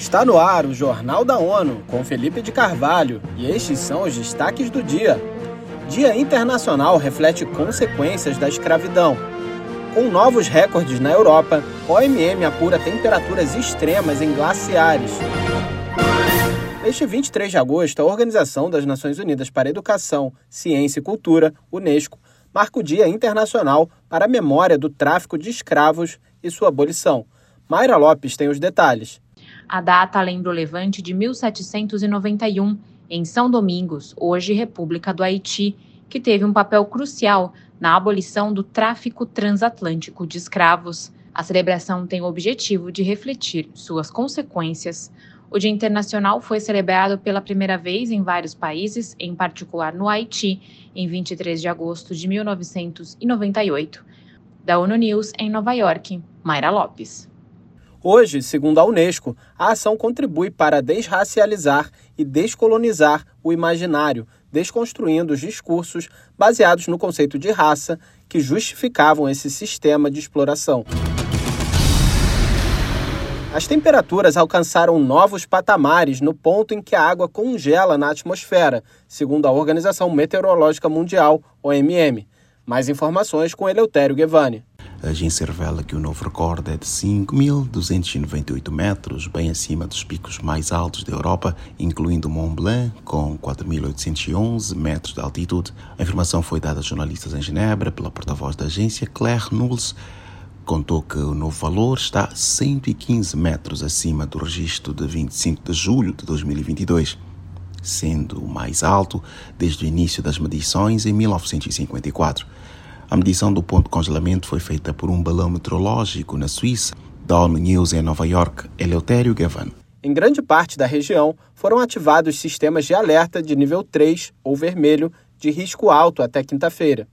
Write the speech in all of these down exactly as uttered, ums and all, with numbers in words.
Está no ar o Jornal da ONU, com Felipe de Carvalho, e estes são os destaques do dia. Dia Internacional reflete consequências da escravidão. Com novos recordes na Europa, O M M apura temperaturas extremas em glaciares. Neste vinte e três de agosto, a Organização das Nações Unidas para a Educação, Ciência e Cultura, Unesco, marca o Dia Internacional para a Memória do Tráfico de Escravos e sua abolição. Mayra Lopes tem os detalhes. A data lembra o levante de mil setecentos e noventa e um, em São Domingos, hoje República do Haiti, que teve um papel crucial na abolição do tráfico transatlântico de escravos. A celebração tem o objetivo de refletir suas consequências. O Dia Internacional foi celebrado pela primeira vez em vários países, em particular no Haiti, em vinte e três de agosto de mil novecentos e noventa e oito. Da ONU News, em Nova York, Mayra Lopes. Hoje, segundo a Unesco, a ação contribui para desracializar e descolonizar o imaginário, desconstruindo os discursos baseados no conceito de raça que justificavam esse sistema de exploração. As temperaturas alcançaram novos patamares no ponto em que a água congela na atmosfera, segundo a Organização Meteorológica Mundial, O M M. Mais informações com Eleutério Gevani. A agência revela que o novo recorde é de cinco mil duzentos e noventa e oito metros, bem acima dos picos mais altos da Europa, incluindo Mont Blanc, com quatro mil oitocentos e onze metros de altitude. A informação foi dada a jornalistas em Genebra pela porta-voz da agência, Claire Nules. Contou que o novo valor está cento e quinze metros acima do registro de vinte e cinco de julho de dois mil e vinte e dois, sendo o mais alto desde o início das medições em mil novecentos e cinquenta e quatro. A medição do ponto de congelamento foi feita por um balão meteorológico na Suíça. Da ONU News em Nova York, Eleutério Gevani. Em grande parte da região, foram ativados sistemas de alerta de nível três ou vermelho de risco alto até quinta-feira.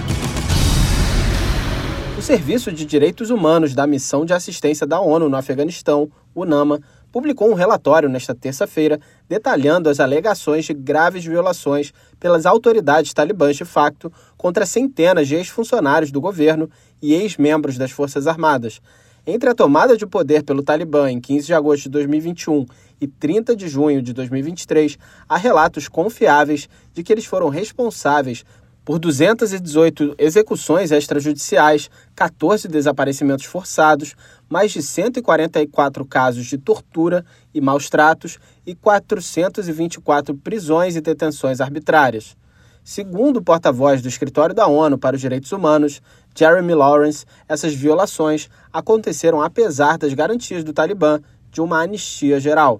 O Serviço de Direitos Humanos da Missão de Assistência da ONU no Afeganistão, UNAMA, publicou um relatório nesta terça-feira detalhando as alegações de graves violações pelas autoridades talibãs de facto contra centenas de ex-funcionários do governo e ex-membros das Forças Armadas. Entre a tomada de poder pelo Talibã em quinze de agosto de dois mil e vinte e um e trinta de junho de dois mil e vinte e três, há relatos confiáveis de que eles foram responsáveis por duzentas e dezoito execuções extrajudiciais, quatorze desaparecimentos forçados, mais de cento e quarenta e quatro casos de tortura e maus-tratos e quatrocentas e vinte e quatro prisões e detenções arbitrárias. Segundo o porta-voz do Escritório da ONU para os Direitos Humanos, Jeremy Lawrence, essas violações aconteceram apesar das garantias do Talibã de uma anistia geral.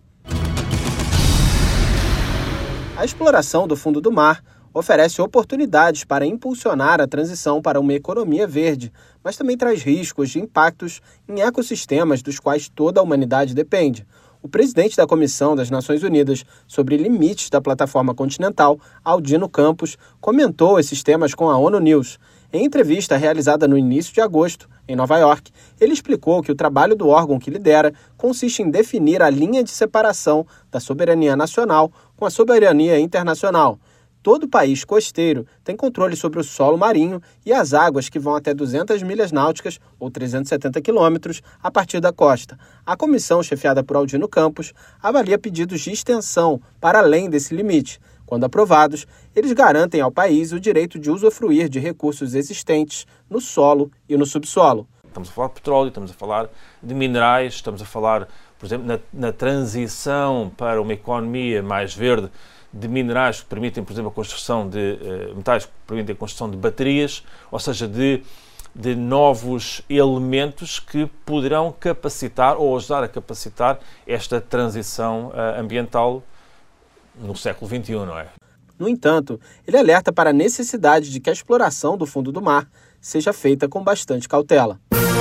A exploração do fundo do mar oferece oportunidades para impulsionar a transição para uma economia verde, mas também traz riscos de impactos em ecossistemas dos quais toda a humanidade depende. O presidente da Comissão das Nações Unidas sobre Limites da Plataforma Continental, Aldino Campos, comentou esses temas com a ONU News. Em entrevista realizada no início de agosto, em Nova York, ele explicou que o trabalho do órgão que lidera consiste em definir a linha de separação da soberania nacional com a soberania internacional. Todo país costeiro tem controle sobre o solo marinho e as águas que vão até duzentas milhas náuticas, ou trezentos e setenta quilômetros, a partir da costa. A comissão, chefiada por Aldino Campos, avalia pedidos de extensão para além desse limite. Quando aprovados, eles garantem ao país o direito de usufruir de recursos existentes no solo e no subsolo. Estamos a falar de petróleo, estamos a falar de minerais, estamos a falar, por exemplo, na, na transição para uma economia mais verde, de minerais que permitem, por exemplo, a construção de uh, metais que permitem a construção de baterias, ou seja, de, de novos elementos que poderão capacitar ou ajudar a capacitar esta transição uh, ambiental no século vinte e um, não é? No entanto, ele alerta para a necessidade de que a exploração do fundo do mar seja feita com bastante cautela.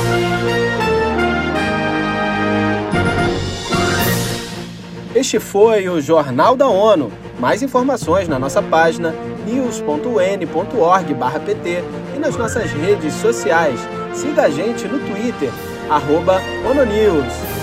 Este foi o Jornal da ONU. Mais informações na nossa página news ponto u n ponto org barra p t e nas nossas redes sociais. Siga a gente no Twitter, arroba ONUNews.